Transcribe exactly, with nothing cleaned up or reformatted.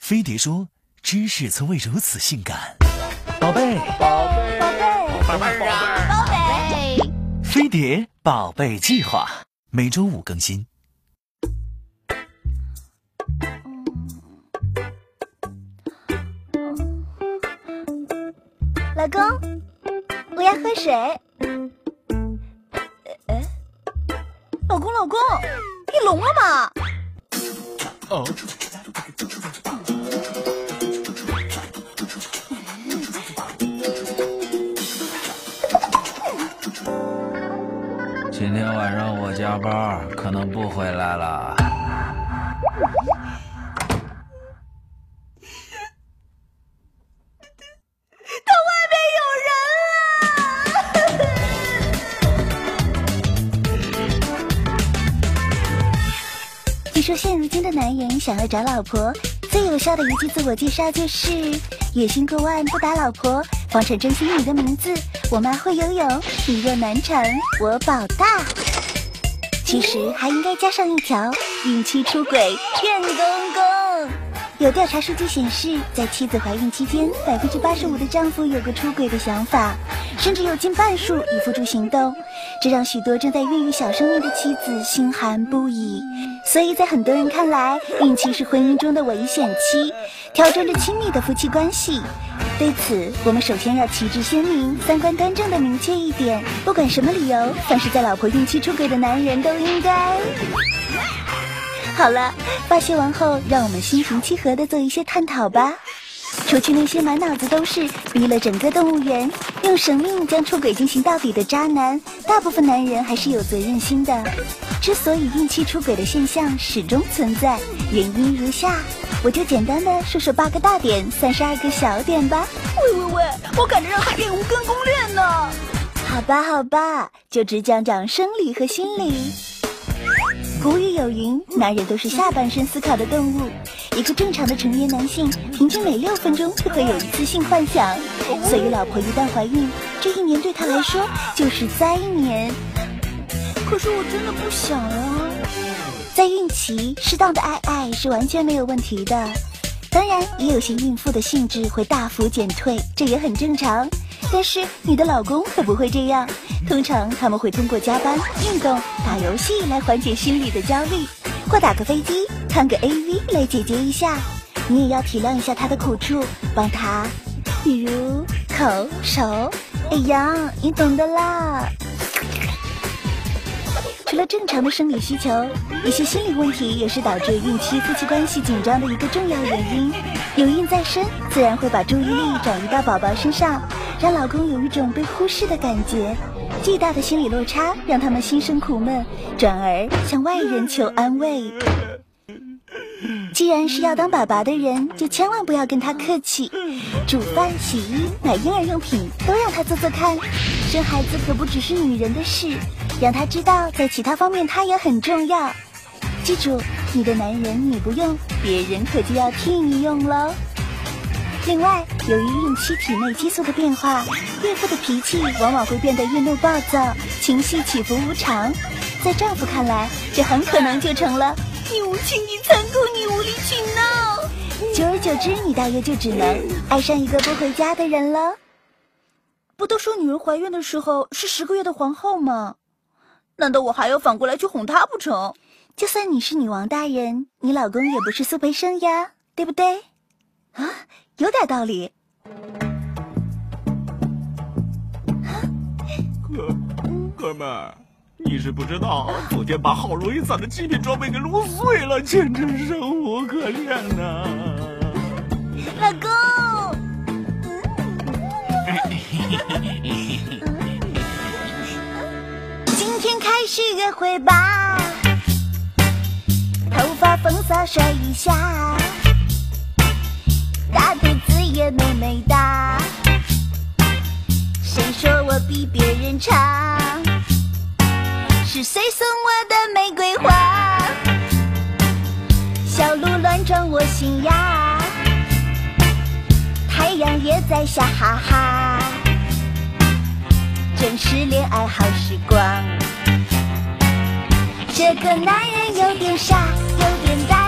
飞碟说：“知识从未如此性感。” 宝贝， 宝贝， 宝贝， 宝贝啊， 宝贝。 飞碟宝贝计划每周五更新。 老公，我要喝水。呃，老公，老公，你聋了吗？ 哦。 今天晚上我加班，可能不回来了。 他外面有人了！据说现如今的男人想要找老婆，最有效的一句自我介绍就是野心过万不打老婆，房产征信你的名字，我妈会游泳，你若难产我保大。其实还应该加上一条孕期出轨骗公公。有调查数据显示，在妻子怀孕期间，百分之八十五的丈夫有个出轨的想法，甚至有近半数已付诸行动，这让许多正在孕育小生命的妻子心寒不已。所以在很多人看来，孕期是婚姻中的危险期，挑战着亲密的夫妻关系。对此，我们首先要旗帜鲜明、三观端正的明确一点：不管什么理由，凡是在老婆孕期出轨的男人都应该……好了，发泄完后，让我们心平气和地做一些探讨吧。除去那些满脑子都是逼了整个动物园，用生命将出轨进行到底的渣男，大部分男人还是有责任心的。之所以孕期出轨的现象始终存在，原因如下，我就简单的说说八个大点，三十二个小点吧。喂喂喂，我赶着让他练无根攻略呢。好吧好吧，就只讲讲生理和心理。古语有云，男人都是下半身思考的动物。一个正常的成年男性，平均每六分钟就会有一次性幻想，所以老婆一旦怀孕，这一年对他来说就是灾年。可是我真的不想啊。在孕期，适当的爱爱是完全没有问题的。当然，也有些孕妇的兴致会大幅减退，这也很正常。但是你的老公可不会这样，通常他们会通过加班、运动、打游戏来缓解心理的焦虑，或打个飞机、看个 A V 来解决一下。你也要体谅一下他的苦处，帮他，比如口、手，哎呀，你懂的啦。除了正常的生理需求，一些心理问题也是导致孕期夫妻关系紧张的一个重要原因。有孕在身，自然会把注意力转移到宝宝身上，让老公有一种被忽视的感觉。巨大的心理落差让他们心生苦闷，转而向外人求安慰。既然是要当爸爸的人，就千万不要跟他客气，煮饭、洗衣、买婴儿用品都让他做做看。生孩子可不只是女人的事，让他知道在其他方面他也很重要。记住，你的男人你不用，别人可就要替你用喽。另外，由于孕期体内激素的变化，孕妇的脾气往往会变得易怒暴躁，情绪起伏无常。在丈夫看来，这很可能就成了你无情你残酷你无理取闹，久而久之，你大约就只能爱上一个不回家的人了。不都说女人怀孕的时候是十个月的皇后吗？难道我还要反过来去哄她不成？就算你是女王大人，你老公也不是苏培盛呀，对不对？啊，有点道理。 哥，哥们儿，你是不知道，昨天把好容易攒的极品装备给撸碎了，简直生无可恋呐！ 老公。今天开始约会吧，头发风骚甩一下，大肚子也美美哒，谁说我比别人差？是谁送我的玫瑰花？小鹿乱撞我心呀，太阳也在下，哈哈，真是恋爱好时光。这个男人有点傻，有点呆。